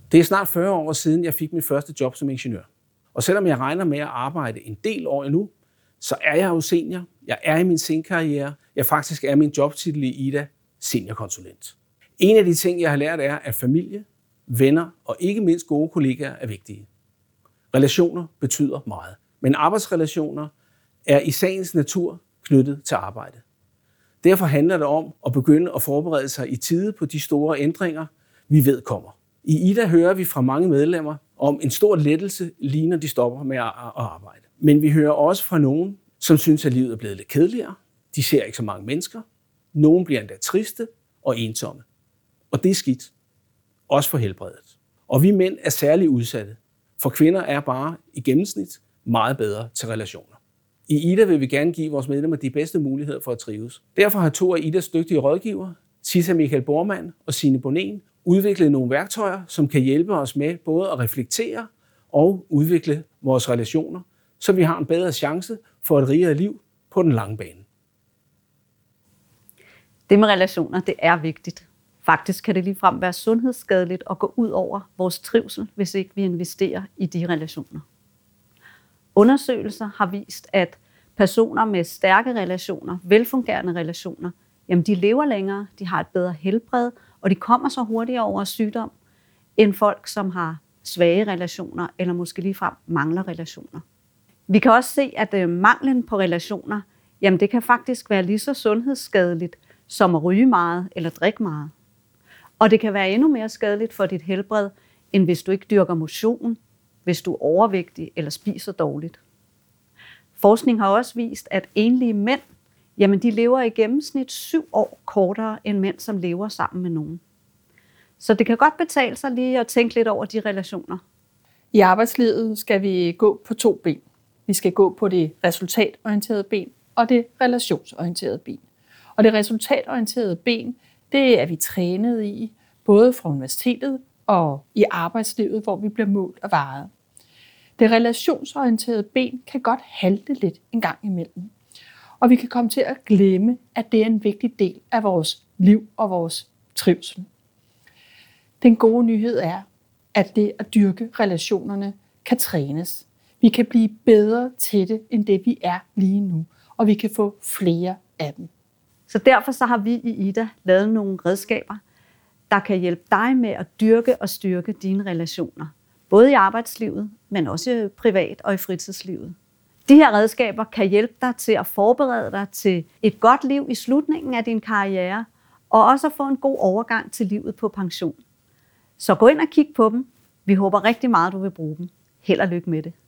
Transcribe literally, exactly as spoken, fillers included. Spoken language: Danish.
Det er snart fyrre år siden, jeg fik mit første job som ingeniør. Og selvom jeg regner med at arbejde en del år endnu, så er jeg jo senior. Jeg er i min senkarriere. Jeg faktisk er min jobtitel i Ida seniorkonsulent. En af de ting, jeg har lært, er, at familie, venner og ikke mindst gode kollegaer er vigtige. Relationer betyder meget, men arbejdsrelationer er i sagens natur knyttet til arbejde. Derfor handler det om at begynde at forberede sig i tide på de store ændringer, vi ved kommer. I Ida hører vi fra mange medlemmer om en stor lettelse, lige når de stopper med at arbejde. Men vi hører også fra nogen, som synes, at livet er blevet lidt kedeligere. De ser ikke så mange mennesker. Nogen bliver endda triste og ensomme. Og det er skidt. Også for helbredet. Og vi mænd er særligt udsatte, for kvinder er bare i gennemsnit meget bedre til relationer. I Ida vil vi gerne give vores medlemmer de bedste muligheder for at trives. Derfor har to af Idas dygtige rådgivere, Tissa Michael Bormann og Signe Bonen, udviklet nogle værktøjer, som kan hjælpe os med både at reflektere og udvikle vores relationer, så vi har en bedre chance for et rigere liv på den lange bane. Det med relationer, det er vigtigt. Faktisk kan det ligefrem være sundhedsskadeligt at gå ud over vores trivsel, hvis ikke vi investerer i de relationer. Undersøgelser har vist, at personer med stærke relationer, velfungerende relationer, jamen de lever længere, de har et bedre helbred, og de kommer så hurtigere over sygdom, end folk, som har svage relationer, eller måske ligefrem mangler relationer. Vi kan også se, at øh, manglen på relationer, jamen det kan faktisk være lige så sundhedsskadeligt, som at ryge meget eller drikke meget. Og det kan være endnu mere skadeligt for dit helbred, end hvis du ikke dyrker motion, hvis du er overvægtig eller spiser dårligt. Forskning har også vist, at enlige mænd, jamen de lever i gennemsnit syv år kortere end mænd, som lever sammen med nogen. Så det kan godt betale sig lige at tænke lidt over de relationer. I arbejdslivet skal vi gå på to ben. Vi skal gå på det resultatorienterede ben og det relationsorienterede ben. Og det resultatorienterede ben, det er vi trænet i, både fra universitetet og i arbejdslivet, hvor vi bliver målt og varet. Det relationsorienterede ben kan godt halte lidt en gang imellem. Og vi kan komme til at glemme, at det er en vigtig del af vores liv og vores trivsel. Den gode nyhed er, at det at dyrke relationerne kan trænes. Vi kan blive bedre til det, end det vi er lige nu, og vi kan få flere af dem. Så derfor så har vi i Ida lavet nogle redskaber, der kan hjælpe dig med at dyrke og styrke dine relationer. Både i arbejdslivet, men også privat og i fritidslivet. De her redskaber kan hjælpe dig til at forberede dig til et godt liv i slutningen af din karriere, og også at få en god overgang til livet på pension. Så gå ind og kig på dem. Vi håber rigtig meget, du vil bruge dem. Held og lykke med det.